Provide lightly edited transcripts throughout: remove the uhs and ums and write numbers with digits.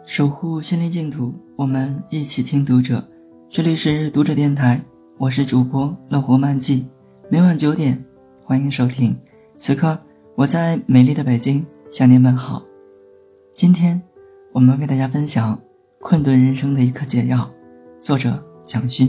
守护心灵净土，我们一起听读者。这里是读者电台，我是主播乐活漫记，每晚9点欢迎收听。此刻我在美丽的北京向您问好。今天我们为大家分享困顿人生的一颗解药，作者蒋勋。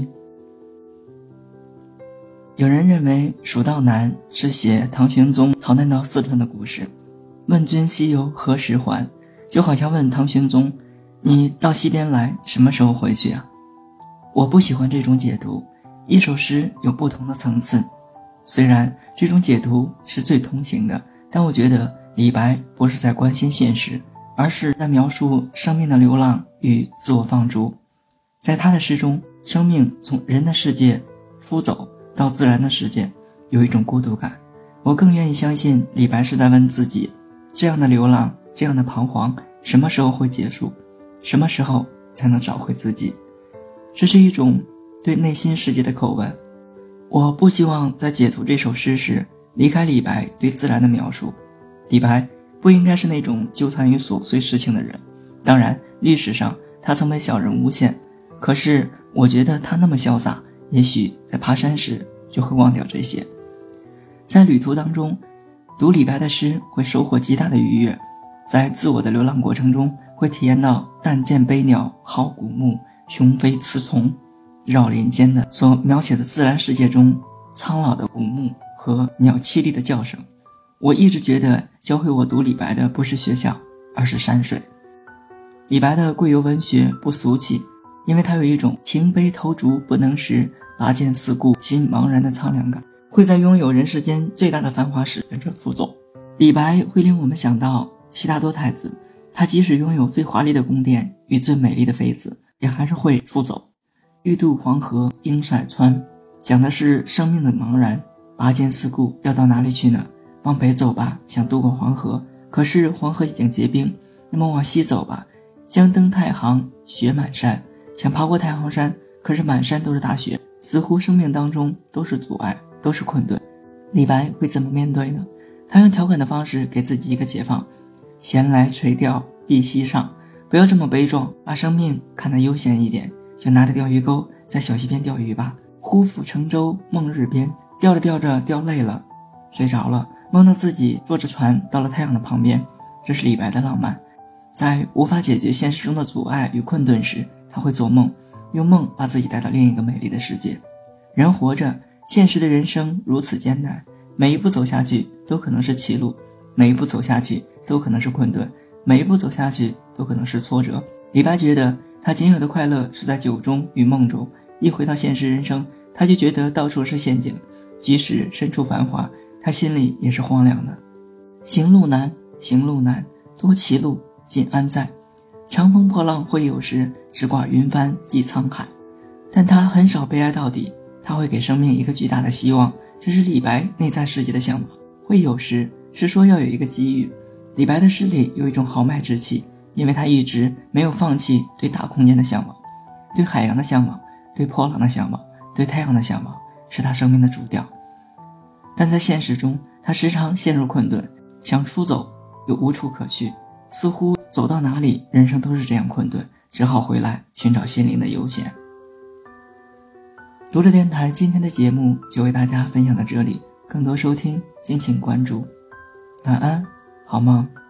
有人认为《蜀道难》是写唐玄宗逃难到四川的故事，问君西游何时还，就好像问唐玄宗，你到西边来什么时候回去啊？我不喜欢这种解读，一首诗有不同的层次，虽然这种解读是最同情的，但我觉得李白不是在关心现实，而是在描述生命的流浪与自我放逐。在他的诗中，生命从人的世界浮走到自然的世界，有一种孤独感。我更愿意相信李白是在问自己，这样的流浪，这样的彷徨，什么时候会结束？什么时候才能找回自己？这是一种对内心世界的叩问。我不希望在解读这首诗时离开李白对自然的描述。李白不应该是那种纠缠于琐碎事情的人，当然历史上他曾被小人诬陷，可是我觉得他那么潇洒，也许在爬山时就会忘掉这些。在旅途当中，读李白的诗会收获极大的愉悦，在自我的流浪过程中会体验到但见悲鸟号古木，雄飞雌从绕林间的所描写的自然世界中苍老的古木和鸟凄厉的叫声。我一直觉得教会我读李白的不是学校，而是山水。李白的贵游文学不俗气，因为他有一种停杯投烛不能食，拔剑四顾心茫然的苍凉感，会在拥有人世间最大的繁华时跟着浮走。李白会令我们想到悉达多太子，他即使拥有最华丽的宫殿与最美丽的妃子，也还是会浮走。欲渡黄河应塞川，讲的是生命的茫然。拔剑四顾，要到哪里去呢？往北走吧，想渡过黄河，可是黄河已经结冰。那么往西走吧，将登太行，雪满山，想爬过太行山，可是满山都是大雪，似乎生命当中都是阻碍，都是困顿。李白会怎么面对呢？他用调侃的方式给自己一个解放，闲来垂钓碧溪上，不要这么悲壮，把生命看得悠闲一点，就拿着钓鱼钩在小溪边钓鱼吧。忽复乘舟梦日边，钓着钓着钓累了，睡着了，梦到自己坐着船到了太阳的旁边。这是李白的浪漫。在无法解决现实中的阻碍与困顿时，他会做梦，用梦把自己带到另一个美丽的世界。人活着，现实的人生如此艰难，每一步走下去都可能是歧路，每一步走下去都可能是困顿，每一步走下去都可能是挫折。李白觉得他仅有的快乐是在酒中与梦中，一回到现实人生，他就觉得到处是陷阱，即使身处繁华，他心里也是荒凉的。行路难，行路难，多歧路，尽安在。长风破浪会有时，直挂云帆济沧海。但他很少悲哀到底，他会给生命一个巨大的希望，这是李白内在世界的向往。会有时是说要有一个机遇。李白的诗里有一种豪迈之气，因为他一直没有放弃对大空间的向往，对海洋的向往，对波浪的向往，对太阳的向往，是他生命的主调。但在现实中，他时常陷入困顿，想出走又无处可去，似乎走到哪里人生都是这样困顿，只好回来寻找心灵的悠闲。读者电台今天的节目就为大家分享到这里，更多收听敬请关注。晚安，好梦。